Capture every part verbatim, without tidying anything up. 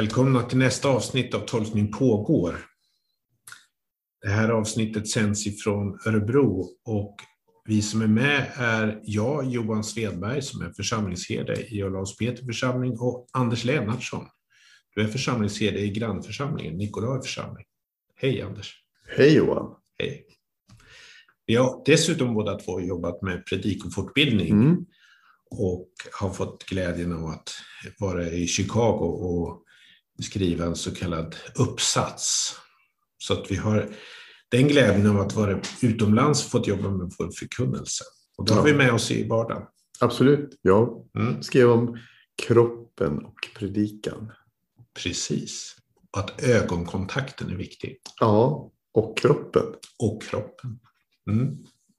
Välkomna till nästa avsnitt av Tolkning pågår. Det här avsnittet sänds ifrån Örebro och vi som är med är jag, Johan Svedberg, som är församlingsherde i Olaus Peter församling, och Anders Lennartsson. Du är församlingsherde i grannförsamlingen, Nikolaj församling. Hej Anders. Hej Johan. Hej. Vi har dessutom båda två jobbat med predikofortbildning Mm. och har fått glädjen av att vara i Chicago och skriva en så kallad uppsats. Så att vi har den glädjen av att vara utomlands och fått jobba med vår förkunnelse. Och då har vi med oss i vardagen. Absolut, ja. Mm. Skrev om kroppen och predikan. Precis. Och att ögonkontakten är viktig. Ja, och kroppen. Och kroppen. Mm.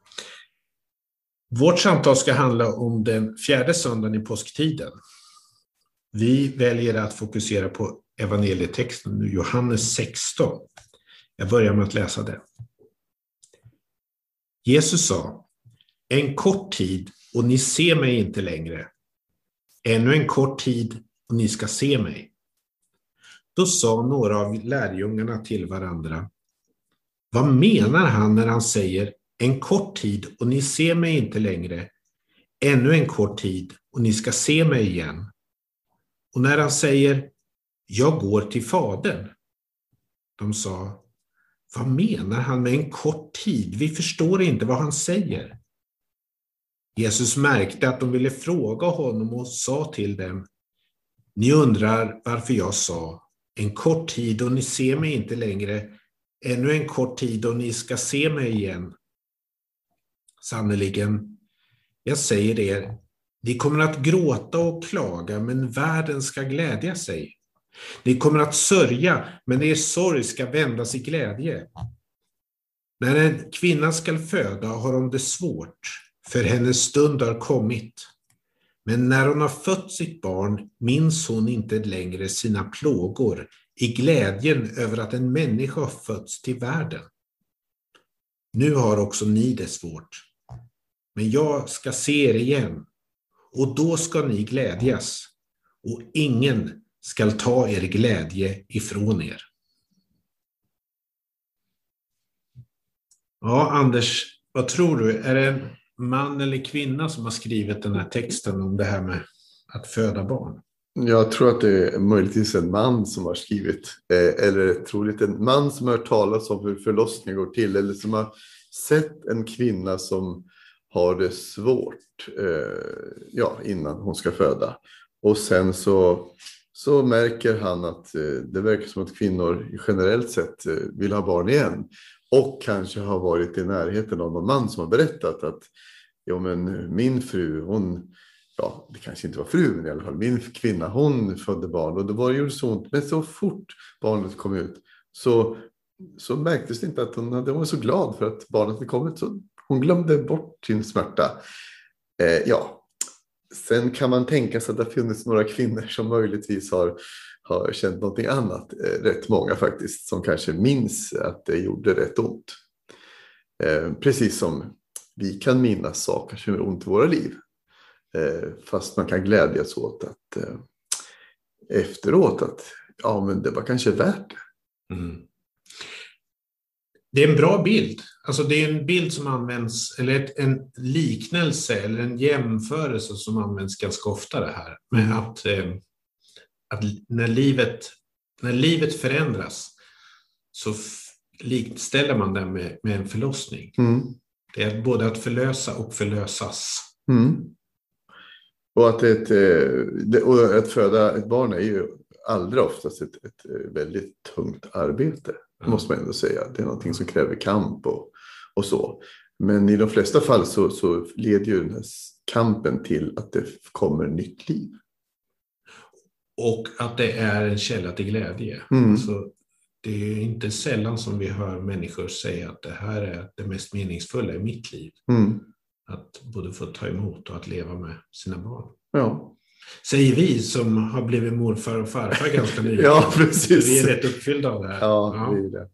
Vårt samtal ska handla om den fjärde söndagen i påsktiden. Vi väljer att fokusera på evangelietexten, Johannes sexton. Jag börjar med att läsa den. Jesus sa: en kort tid och ni ser mig inte längre. Ännu en kort tid och ni ska se mig. Då sa några av lärjungarna till varandra: vad menar han när han säger en kort tid och ni ser mig inte längre? Ännu en kort tid och ni ska se mig igen. Och när han säger jag går till Fadern. De sa: vad menar han med en kort tid? Vi förstår inte vad han säger. Jesus märkte att de ville fråga honom och sa till dem: ni undrar varför jag sa en kort tid och ni ser mig inte längre. Ännu en kort tid och ni ska se mig igen. Sannoliken, jag säger er, ni kommer att gråta och klaga, men världen ska glädja sig. Ni kommer att sörja, men er sorg ska vändas i glädje. När en kvinna ska föda har hon det svårt, för hennes stund har kommit. Men när hon har fött sitt barn minns hon inte längre sina plågor i glädjen över att en människa har fötts till världen. Nu har också ni det svårt. Men jag ska se er igen, och då ska ni glädjas, och ingen ska ta er glädje ifrån er. Ja, Anders, vad tror du? Är det en man eller kvinna som har skrivit den här texten om det här med att föda barn? Jag tror att det är möjligtvis en man som har skrivit. Eh, eller troligt en man som har hört talas om hur förlossning går till. Eller som har sett en kvinna som har det svårt eh, ja, innan hon ska föda. Och sen så, så märker han att eh, det verkar som att kvinnor generellt sett eh, vill ha barn igen. Och kanske har varit i närheten av någon man som har berättat att ja, men min fru, hon, ja det kanske inte var fru men i alla fall min kvinna, hon födde barn. Och det var ju så ont, men så fort barnet kom ut så, så märktes det inte att hon, hade, hon var så glad för att barnet hade kommit, så hon glömde bort sin smärta. Eh, ja, sen kan man tänka sig att det finns några kvinnor som möjligtvis har, har känt någonting annat. Eh, rätt många faktiskt, som kanske minns att det gjorde rätt ont. Eh, precis som vi kan minnas saker som gör ont i våra liv. Eh, fast man kan glädjas åt att eh, efteråt att ja, men det var kanske värt det. Mm. Det är en bra bild. Alltså det är en bild som används, eller ett, en liknelse eller en jämförelse som används ganska ofta det här. Med att, eh, att när, livet, när livet förändras så f- likställer man det med, med en förlossning. Mm. Det är både att förlösa och förlösas. Mm. Och att, ett, eh, och att föda ett barn är ju allra oftast ett, ett väldigt tungt arbete. Ja. Måste man ändå säga. Det är någonting som kräver kamp och, och så. Men i de flesta fall så, så leder ju den här kampen till att det kommer nytt liv. Och att det är en källa till glädje. Mm. Alltså, det är inte sällan som vi hör människor säga att det här är det mest meningsfulla i mitt liv. Mm. Att både få ta emot och att leva med sina barn. Ja. Säger vi som har blivit morfar och farfar ganska nyligen. Ja, precis. Vi är rätt uppfyllda av det här. Ja, ja. det är det.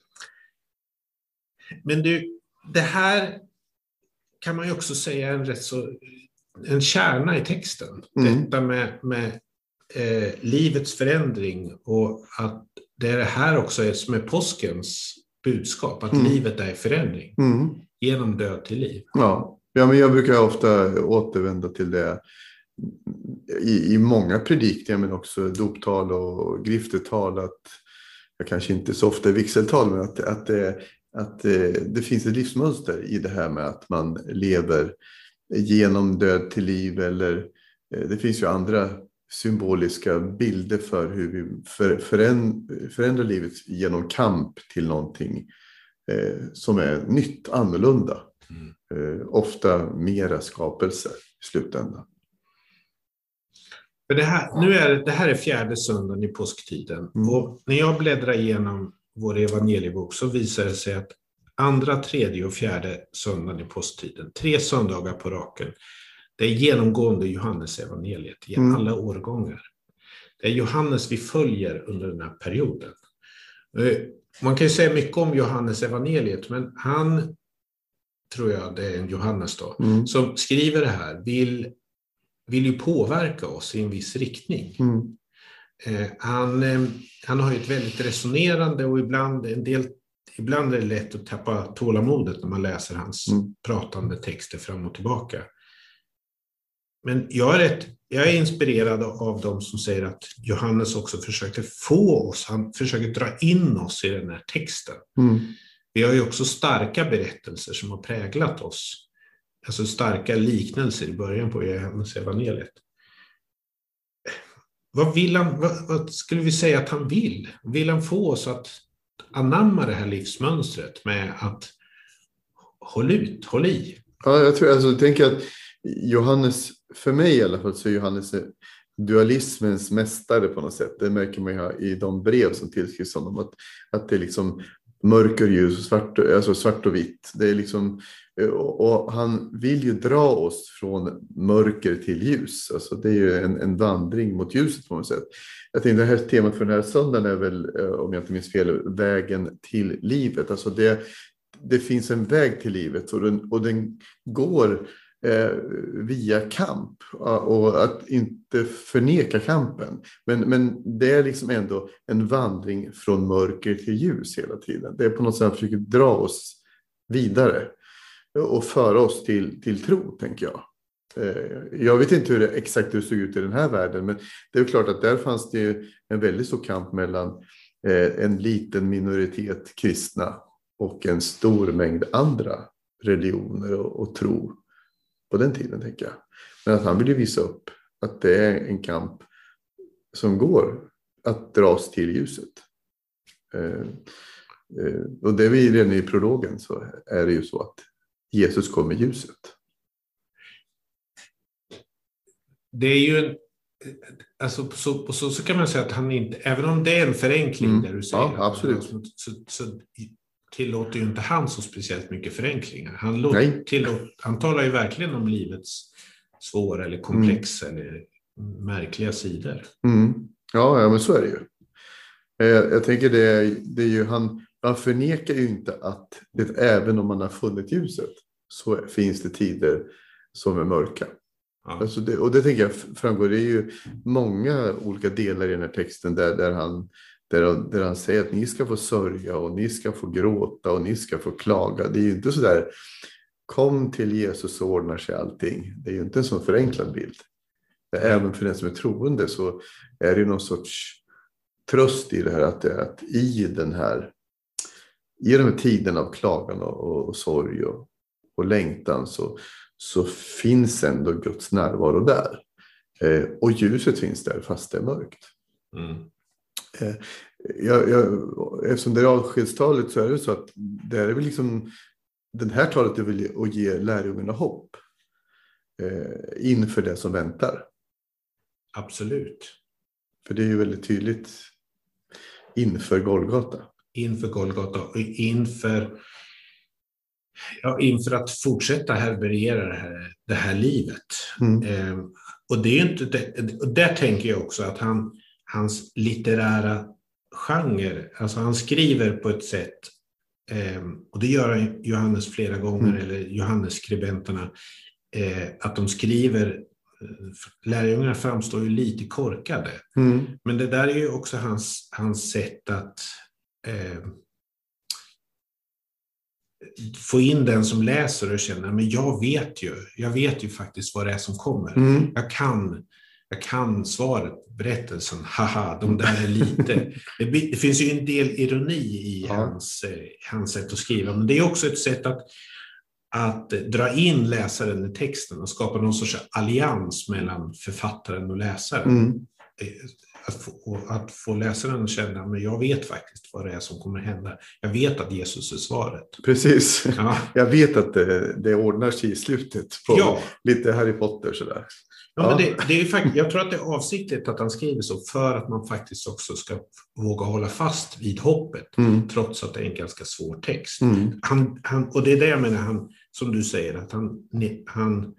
Men du, det här kan man ju också säga är en rätt så en kärna i texten. Mm. Detta med, med eh, livets förändring och att det är det här också är som är påskens budskap, att mm. livet är förändring. Mm. Genom död till liv. Ja. ja, men jag brukar ofta återvända till det i, i många predikningar, men också doptal och griftetal, att jag kanske inte så ofta är vigseltal, men att, att, det, att det, det finns ett livsmönster i det här med att man lever genom död till liv, eller det finns ju andra symboliska bilder för hur vi för, förändrar, förändrar livet genom kamp till någonting eh, som är nytt, annorlunda. Mm. Eh, ofta mera skapelse i slutändan. För det, här, nu är, det här är fjärde söndagen i påsktiden. Mm. Och när jag bläddrar igenom vår evangeliebok så visar det sig att andra, tredje och fjärde söndagen i påsktiden, tre söndagar på raken, det är genomgående Johannes evangeliet i mm. alla årgångar. Det är Johannes vi följer under den här perioden. Man kan ju säga mycket om Johannes evangeliet, men han, tror jag det är en Johannes då, mm. som skriver det här, vill, vill ju påverka oss i en viss riktning. Mm. Eh, han, eh, han har ju ett väldigt resonerande och ibland, en del, ibland är det lätt att tappa tålamodet när man läser hans mm. pratande texter fram och tillbaka. Men jag är, rätt, jag är inspirerad av dem som säger att Johannes också försöker få oss, han försöker dra in oss i den här texten. Mm. Vi har ju också starka berättelser som har präglat oss. Alltså starka liknelser i början på Johannes evangeliet. Vad vill han, vad, vad skulle vi säga att han vill? Vill han få oss att anamma det här livsmönstret med att hålla ut, hålla i? Ja, jag tror, alltså, jag tänker att Johannes, för mig i alla fall, så är Johannes dualismens mästare på något sätt. Det märker man ju i de brev som tillskrivs honom, att, att det är liksom mörker, ljus, svart, alltså svart och vitt. Det är liksom, och han vill ju dra oss från mörker till ljus. Alltså det är ju en, en vandring mot ljuset på något sätt. Jag tänkte det här temat för den här söndagen är väl, om jag inte minns fel, vägen till livet. Alltså det, det finns en väg till livet och den, och den går Eh, via kamp och att inte förneka kampen, men, men det är liksom ändå en vandring från mörker till ljus hela tiden. Det är på något sätt att försöka dra oss vidare och föra oss till, till tro, tänker jag. Eh, jag vet inte hur det exakt hur det såg ut i den här världen, men det är klart att där fanns det en väldigt stor kamp mellan eh, en liten minoritet kristna och en stor mängd andra religioner och, och tro på den tiden, tänker jag. Men att han vill ju visa upp att det är en kamp som går att dras till ljuset. Eh, eh, och det är vi redan i prologen, så är det ju så att Jesus kommer i ljuset. Det är ju en, alltså så, så, så kan man säga att han inte, även om det är en förenkling mm. där du säger, ja, absolut. Så, så, så tillåter ju inte han så speciellt mycket förenklingar. Han, låter, tillåter, han talar ju verkligen om livets svåra eller komplexa mm. eller märkliga sidor. Mm. Ja, ja, men så är det ju. Jag, jag tänker det är, det är ju han, han förnekar ju inte att det, även om man har funnit ljuset, så finns det tider som är mörka. Ja. Alltså det, och det tänker jag framgår, det är ju många olika delar i den här texten där, där han Där, där han säger att ni ska få sörja och ni ska få gråta och ni ska få klaga. Det är ju inte så där, kom till Jesus och ordnar sig allting. Det är ju inte en sån förenklad bild. Även för den som är troende så är det ju någon sorts tröst i det här. Att, att i den här, i de här tiden av klagan och, och, och sorg och, och längtan så, så finns ändå Guds närvaro där. Eh, och ljuset finns där fast det är mörkt. Mm. Jag, jag, eftersom det är avskedstalet så är det så att det är väl liksom den här talet är väl att ge lärjungarna hopp eh, inför det som väntar. Absolut. För det är ju väldigt tydligt inför Golgata. Inför Golgata och inför, ja, inför att fortsätta härbärgera det här, det här livet. Mm. Eh, och det är inte det, och där tänker jag också att han hans litterära genre, alltså han skriver på ett sätt, eh, och det gör Johannes flera gånger, mm. eller Johannes skribenterna, eh, att de skriver lärjungarna framstår ju lite korkade. Mm. Men det där är ju också hans, hans sätt att eh, få in den som läser och känner, men jag vet ju, jag vet ju faktiskt vad det är som kommer. Mm. Jag kan, jag kan svaret, berättelsen, haha, de där är lite. Det, det finns ju en del ironi i Ja. hans, eh, hans sätt att skriva, men det är också ett sätt att att dra in läsaren i texten och skapa någon sorts allians mellan författaren och läsaren. Mm. Att få, att få läsaren att känna, men jag vet faktiskt vad det är som kommer hända. Jag vet att Jesus är svaret. Precis. Ja. Jag vet att det, det ordnar sig i slutet på Ja. lite Harry Potter sådär. Ja, men det, det är fakt- jag tror att det är avsiktligt att han skriver så för att man faktiskt också ska våga hålla fast vid hoppet, Mm. trots att det är en ganska svår text. Mm. Han, han, och det är det jag menar, han, som du säger, att han, han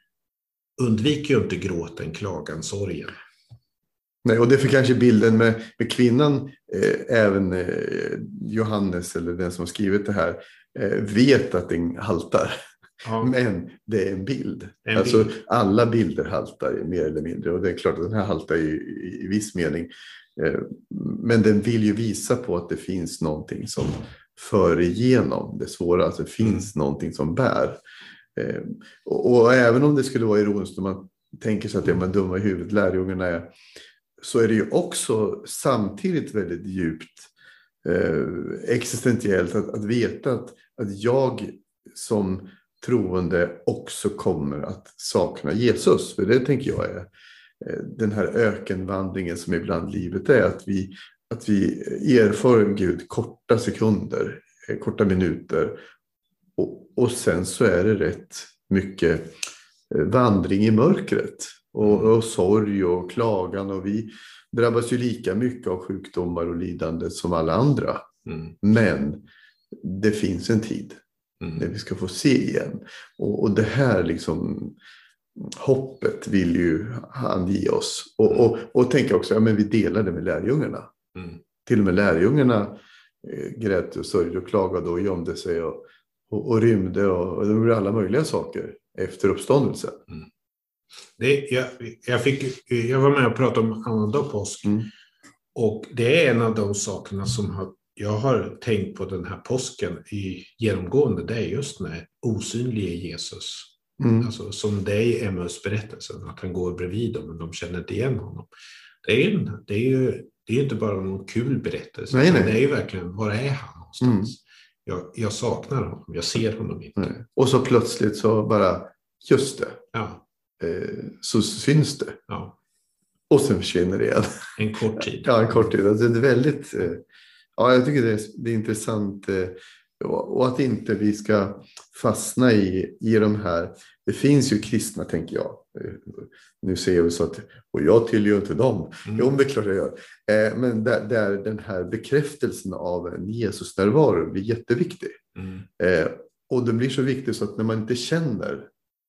undviker ju inte gråten, klagan, sorgen. Nej, och det är för kanske bilden med, med kvinnan, eh, även eh, Johannes eller den som har skrivit det här, eh, vet att den haltar. Ja. Men det är en bild. En alltså bild. Alla bilder haltar mer eller mindre. Och det är klart att den här haltar i, i, i viss mening. Eh, men den vill ju visa på att det finns någonting som för igenom det svåra. Alltså det finns mm. någonting som bär. Eh, och, och även om det skulle vara ironiskt när man tänker sig att det är man dumma i huvudet, lärjungarna är, så är det ju också samtidigt väldigt djupt eh, existentiellt att, att veta att, att jag som troende också kommer att sakna Jesus. För det tänker jag är eh, den här ökenvandringen som ibland livet är. Att vi, att vi erfar Gud korta sekunder, eh, korta minuter. Och, och sen så är det rätt mycket eh, vandring i mörkret. Och, och sorg och klagan. Och vi drabbas ju lika mycket av sjukdomar och lidande som alla andra. Mm. Men det finns en tid. Mm. När vi ska få se igen. Och, och det här liksom hoppet vill ju han ge oss. Och, och, och tänka också, ja men vi delar det med lärjungarna. Mm. Till och med lärjungarna eh, grät och sörjde och klagade och gömde sig och, och, och rymde och, och det var alla möjliga saker efter uppståndelsen. Mm. Det, jag, jag, fick, jag var med och pratade om annandag påsk. Mm. Och det är en av de sakerna som har, jag har tänkt på den här påsken i genomgående. Det är just när osynlige Jesus. Mm. Alltså, som det är i Emmaus-berättelsen. Att han går bredvid dem men de känner inte igen honom. Det är, en, det är ju det är inte bara någon kul berättelse. Nej, nej. Det är ju verkligen, var är han någonstans? Mm. Jag, jag saknar honom. Jag ser honom inte. Nej. Och så plötsligt så bara, just det. Ja. Så syns det. Ja. Och sen försvinner det igen. En kort tid. Ja, en kort tid. Alltså det är väldigt, ja, jag tycker det är, det är intressant. Och att inte vi ska fastna i, i de här. Det finns ju kristna, tänker jag. Nu säger jag så att, och jag tillhör inte dem. Mm. Jo, det är klart jag gör. Men där, där den här bekräftelsen av en Jesus närvaro blir jätteviktig. Mm. Och den blir så viktig så att när man inte känner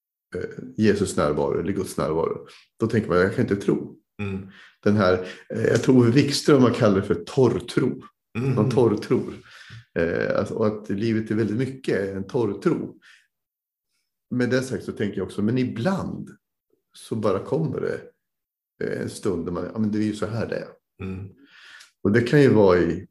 Jesus närvaro eller Guds närvaro, då tänker man, jag kan inte tro. Mm. Den här, jag tror Wikström man kallar det för torrtro. Mm. Man torrtror. Eh, alltså, och att livet är väldigt mycket en torrtro. Med det sagt så tänker jag också, men ibland så bara kommer det en stund där man, ja men det är ju så här det är. Mm. Och det kan ju vara i,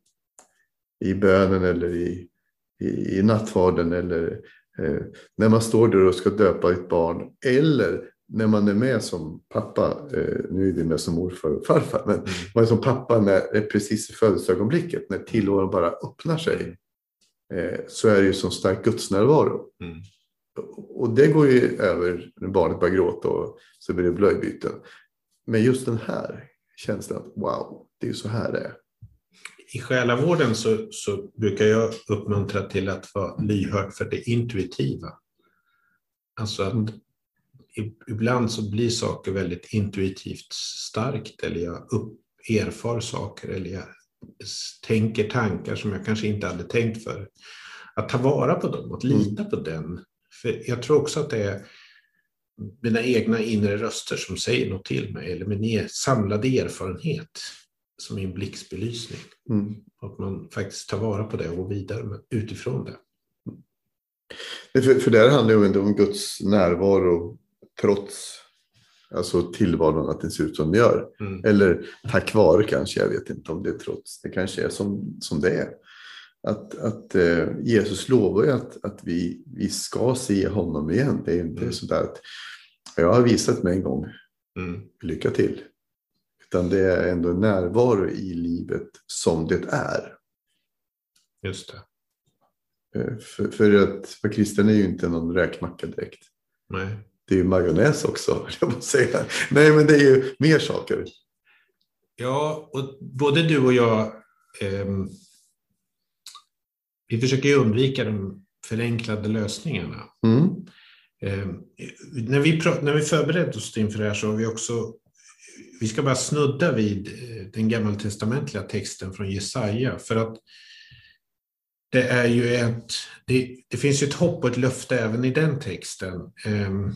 i bönen eller i, i, i nattvarden eller Eh, när man står där och ska döpa ett barn eller när man är med som pappa, eh, nu är det med som morfar och farfar, men mm. man är som pappa när det är precis i födelseögonblicket, när tillvaron bara öppnar sig, eh, så är det ju som stark gudsnärvaro. Mm. Och det går ju över när barnet börjar gråta och så blir det blöjbyten. Men just den här känslan att wow, det är ju så här det är. I själavården så, så brukar jag uppmuntra till att vara lyhörd för det intuitiva. Alltså att mm. ibland så blir saker väldigt intuitivt starkt, eller jag upp, erfar saker eller jag tänker tankar som jag kanske inte hade tänkt för. Att ta vara på dem, att lita mm. på den. För jag tror också att det är mina egna inre röster som säger något till mig, eller min samlade erfarenhet som är en blixtbelysning. Mm. Att man faktiskt tar vara på det och går vidare utifrån det. För, för där handlar det ju ändå om Guds närvaro trots alltså tillvaron att den ser ut som den gör. Mm. Eller tack vare kanske, jag vet inte om det är trots. Det kanske är som, som det är. Att, att eh, Jesus lovar ju att, att vi, vi ska se honom igen. Det är inte Mm. sådär att jag har visat mig en gång. Mm. Lycka till. Utan det är ändå närvaro i livet som det är. Just det. För, för att för kristen är ju inte någon räkmacka direkt. Nej. Det är ju majonnäs också, jag måste säga. Nej, men det är ju mer saker. Ja, och både du och jag eh, vi försöker ju undvika de förenklade lösningarna. Mm. Eh, när, vi pra- när vi förberedde oss inför det här så har vi också vi ska bara snudda vid den gammaltestamentliga texten från Jesaja, för att det är ju ett det, det finns ju ett hopp och ett löfte även i den texten. Eh,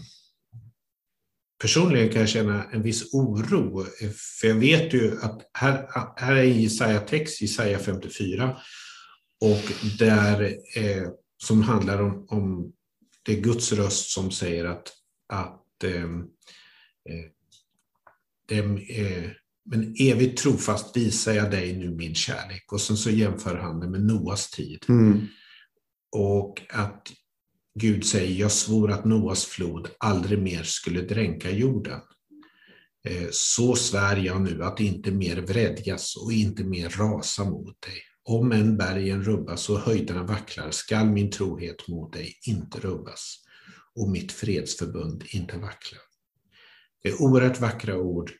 personligen kan jag känna en viss oro, för jag vet ju att här, här är Jesaja text, Jesaja femtiofyra, och där eh, som handlar om, om det är Guds röst som säger att, att eh, eh, dem, eh, men evigt trofast visar jag dig nu min kärlek. Och sen så jämför han det med Noas tid. Mm. Och att Gud säger, jag svor att Noas flod aldrig mer skulle dränka jorden. Eh, så svär jag nu att inte mer vredgas och inte mer rasa mot dig. Om en bergen rubbas och höjderna vacklar skall min trohet mot dig inte rubbas och mitt fredsförbund inte vackla. Det är oerhört vackra ord,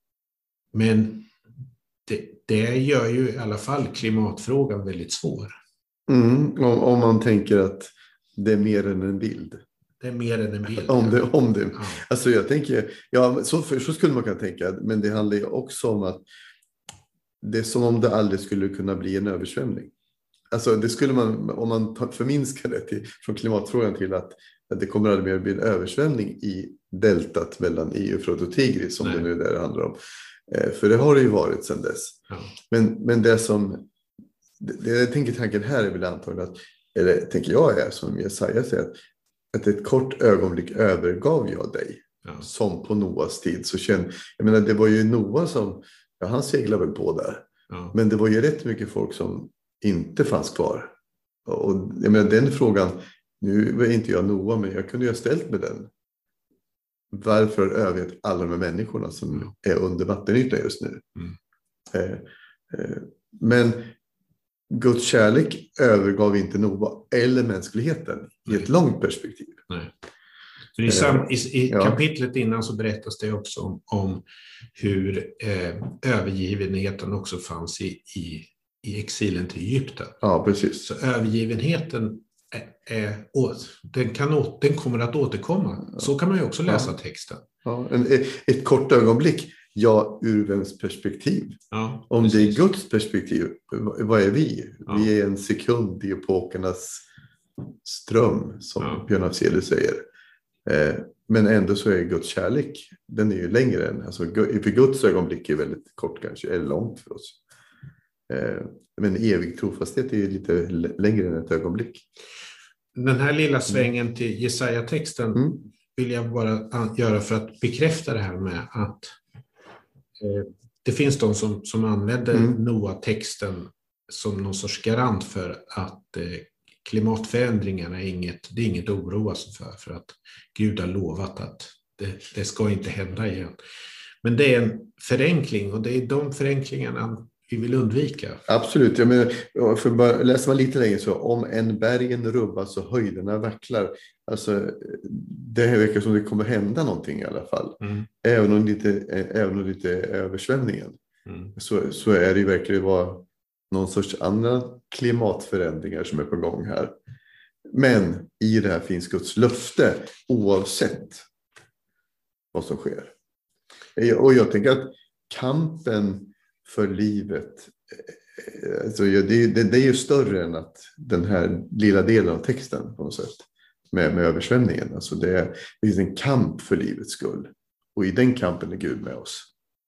men det, det gör ju i alla fall klimatfrågan väldigt svår. Mm. Om, om man tänker att det är mer än en bild. Det är mer än en bild. Om det, om det. Ja. Alltså jag tänker, ja, så, för, så skulle man kunna tänka, men det handlar ju också om att det är som om det aldrig skulle kunna bli en översvämning. Alltså det skulle man, om man förminskar det till, från klimatfrågan till att, att det kommer aldrig mer bli en översvämning i deltat mellan Eufrat och Tigris, som Nej. det nu där det handlar om. Eh, för det har det ju varit sedan dess. Ja. Men, men det som, det, det jag tänker tanken här är väl antagligen att, eller tänker jag är som Jesaja säger, att, att ett kort ögonblick övergav jag dig. Ja. Som på Noas tid. Så kände, jag menar det var ju Noa som, ja, han seglade väl på där. Ja. Men det var ju rätt mycket folk som inte fanns kvar. Och jag menar den frågan, nu var inte jag Noa, men jag kunde ju ha ställt med den. Varför har övergett alla de här människorna som mm. är under vattenytan just nu? Mm. Eh, eh, men Guds kärlek övergav inte Noa eller mänskligheten. Nej. I ett långt perspektiv. Nej. För i, sam, i, i ja. kapitlet innan så berättas det också om, om hur eh, övergivenheten också fanns i, i, i exilen till Egypten. Ja, precis. Så övergivenheten är, är, den, kan, den kommer att återkomma. Ja. Så kan man ju också läsa ja. texten. Ja, en, ett kort ögonblick. Ja, ur vems perspektiv? Ja, om precis. Det är Guds perspektiv, vad är vi? Ja. Vi är en sekund i epokernas ström, som ja. Björn Afzelius säger. Men ändå så är Guds kärlek, den är ju längre än, alltså för Guds ögonblick är väldigt kort kanske, eller långt för oss. Men evig trofasthet är ju lite längre än ett ögonblick. Den här lilla svängen till Jesaja-texten mm. vill jag bara göra för att bekräfta det här med att eh, det finns de som, som använder mm. Noa-texten som någon sorts garant för att eh, klimatförändringarna är inget, det är inget att oroa sig för, för att Gud har lovat att det, det ska inte hända igen. Men det är en förenkling, och det är de förenklingarna vi vill undvika. Absolut, jag menar, för bara läser man lite längre så, om en bergen rubbas och höjderna vacklar, alltså det här verkar som det kommer hända någonting i alla fall. Mm. Även om lite, även om lite översvämningen. Mm. Så, så är det ju verkligen vad någon sorts andra klimatförändringar som är på gång här. Men i det här finns Guds löfte oavsett vad som sker. Och jag tänker att kampen för livet, alltså det, det, det är ju större än att den här lilla delen av texten på något sätt med, med översvämningen. Alltså det, är, det finns en kamp för livets skull. Och i den kampen är Gud med oss.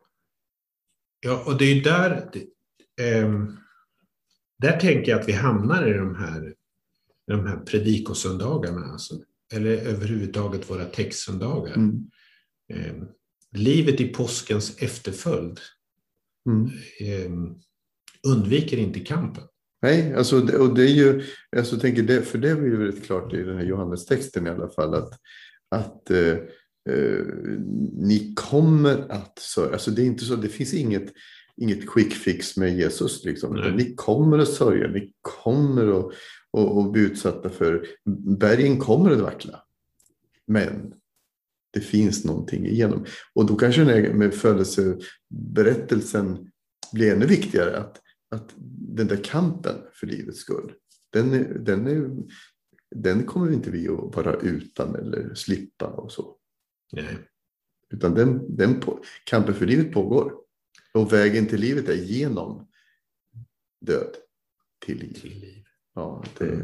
Ja, och det är ju där... Det, ähm... Där tänker jag att vi hamnar i de här, de här predikosöndagarna. Alltså, eller överhuvudtaget våra textsöndagar. Mm. livet i påskens efterföljd Mm. eh, undviker inte kampen. Nej, alltså, det- och det är ju, alltså, tänker det, för det är ju väldigt klart i den här Johannes-texten i alla fall, att, att eh, eh, ni kommer att sörja. Alltså det är inte så, det finns inget, inget quick fix med Jesus, liksom, utan ni kommer att sörja, ni kommer att, att, att bli utsatta för, bergen kommer att vackla, men det finns någonting igenom. Och då kanske den här med födelseberättelsen blir ännu viktigare, att att den där kampen för livets skull, den, är, den, är, den kommer inte vi att vara utan eller slippa och så. Nej. Utan den, den på, kampen för livet pågår. Och vägen till livet är genom död till liv. Till liv. Ja, det,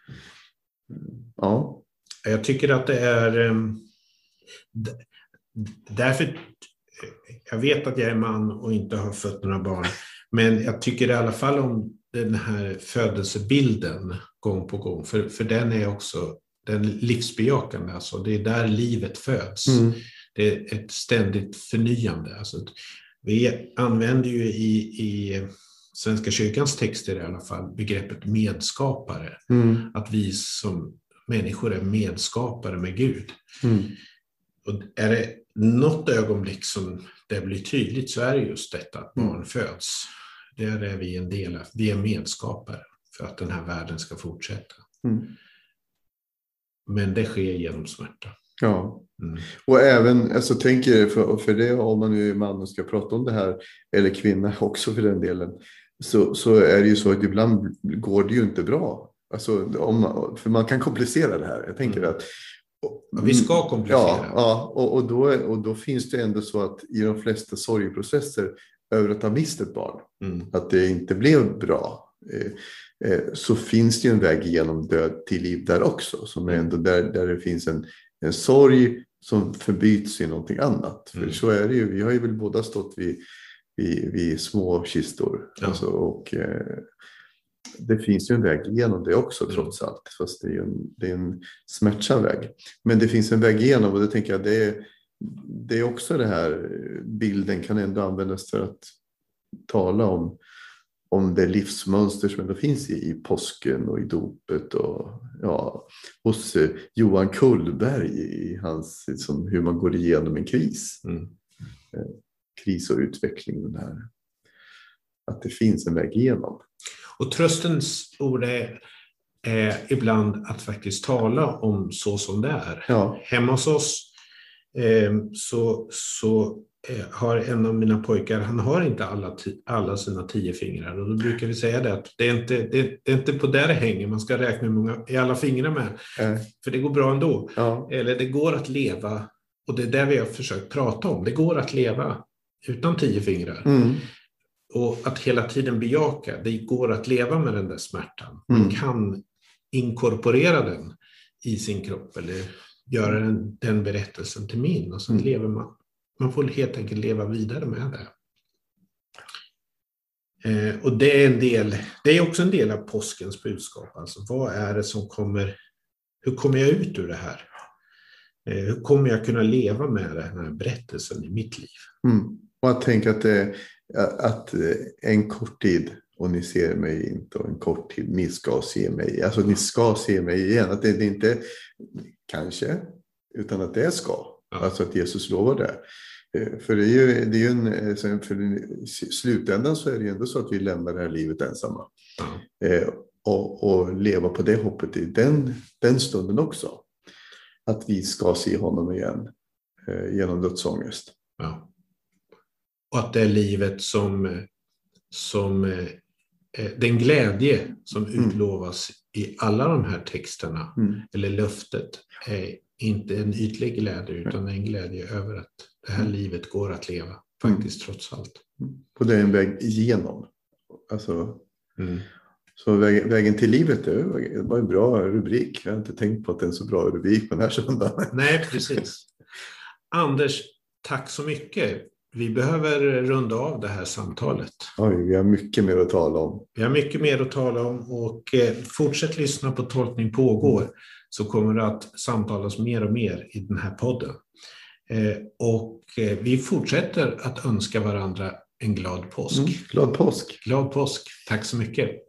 ja. Jag tycker att det är um, d- därför, jag vet att jag är man och inte har fött några barn, men jag tycker i alla fall om den här födelsebilden gång på gång, för, för den är också den livsbejakande, alltså det är där livet föds. Mm. Det är ett ständigt förnyande. Alltså, vi använder ju i, i Svenska kyrkans texter i alla fall begreppet medskapare. Mm. Att vi som människor är medskapare med Gud. Mm. Och är det något ögonblick som det blir tydligt, så är det just detta att barn Mm. föds. Där är vi en del av, vi är medskapare för att den här världen ska fortsätta. Mm. Men det sker genom smärta. Ja. Mm. Och även, alltså tänker för, för det, om man nu är man och ska prata om det här, eller kvinna också för den delen, så, så är det ju så att ibland går det ju inte bra. Alltså, om man, för man kan komplicera det här. Jag tänker Mm. att Ja, vi ska komplicera. Ja, ja och, och, då, och då finns det ändå så att i de flesta sorgeprocesser över att ha mist ett barn, Mm. att det inte blev bra, eh, eh, så finns det ju en väg genom död till liv där också, som är ändå där, där det finns en, en sorg som förbyts i någonting annat. Mm. För så är det ju, vi har ju väl båda stått vid, vid, vid små kistor, Ja. alltså, och eh, det finns ju en väg igenom det också, Mm. trots allt, fast det är, en, det är en smärtsam väg. Men det finns en väg igenom, och det tänker jag, det är, det är också det här, bilden kan ändå användas för att tala om, om det livsmönster som ändå finns i, i påsken och i dopet, och ja, hos eh, Johan Kullberg i hans, liksom, hur man går igenom en kris. Mm. Eh, kris och utveckling, den här, att det finns en väg igenom. Och tröstens ord är, är ibland att faktiskt tala om så som det är. Ja. Hemma hos oss eh, så, så eh, har en av mina pojkar, han har inte alla, alla sina tio fingrar. Och då brukar vi säga det, att det är inte, det, det är inte på där det hänger. Man ska räkna hur många i alla fingrar med. Eh. För det går bra ändå. Ja. Eller det går att leva. Och det är det vi har försökt prata om. Det går att leva utan tio fingrar. Mm. Och att hela tiden bejaka, det går att leva med den där smärtan. Man Mm. kan inkorporera den i sin kropp eller göra den, den berättelsen till min. Och så Mm. lever man. Man får helt enkelt leva vidare med det. Eh, och det är en del, det är också en del av påskens budskap. Alltså vad är det som kommer, hur kommer jag ut ur det här? Eh, hur kommer jag kunna leva med den här berättelsen i mitt liv? Mm. Och att tänka att, det, att en kort tid och ni ser mig inte, och en kort tid ni ska se mig. Alltså ni ska se mig igen. Att det, det är inte kanske, utan att det ska. Ja. Alltså att Jesus lovar det. För det är ju, det är ju en, för i slutändan så är det ju ändå så att vi lämnar det här livet ensamma. Ja. Och, och leva på det hoppet i den, den stunden också. Att vi ska se honom igen genom dödsångest. Ja. Och att det är livet som, som eh, den glädje som Mm. utlovas i alla de här texterna, mm. eller löftet, är inte en ytlig glädje utan en glädje över att det här mm. livet går att leva faktiskt mm. trots allt. Och det är en väg igenom. Alltså, mm. Så väg, vägen till livet, det var en bra rubrik. Jag har inte tänkt på att det är en så bra rubrik på den här söndagen. Nej, precis. Anders, tack så mycket. Vi behöver runda av det här samtalet. Oj, vi har mycket mer att tala om. Vi har mycket mer att tala om, och eh, fortsätt lyssna på Tolkning pågår, så kommer det att samtalas mer och mer i den här podden. Eh, och eh, vi fortsätter att önska varandra en glad påsk. Mm, glad påsk. Glad påsk. Tack så mycket.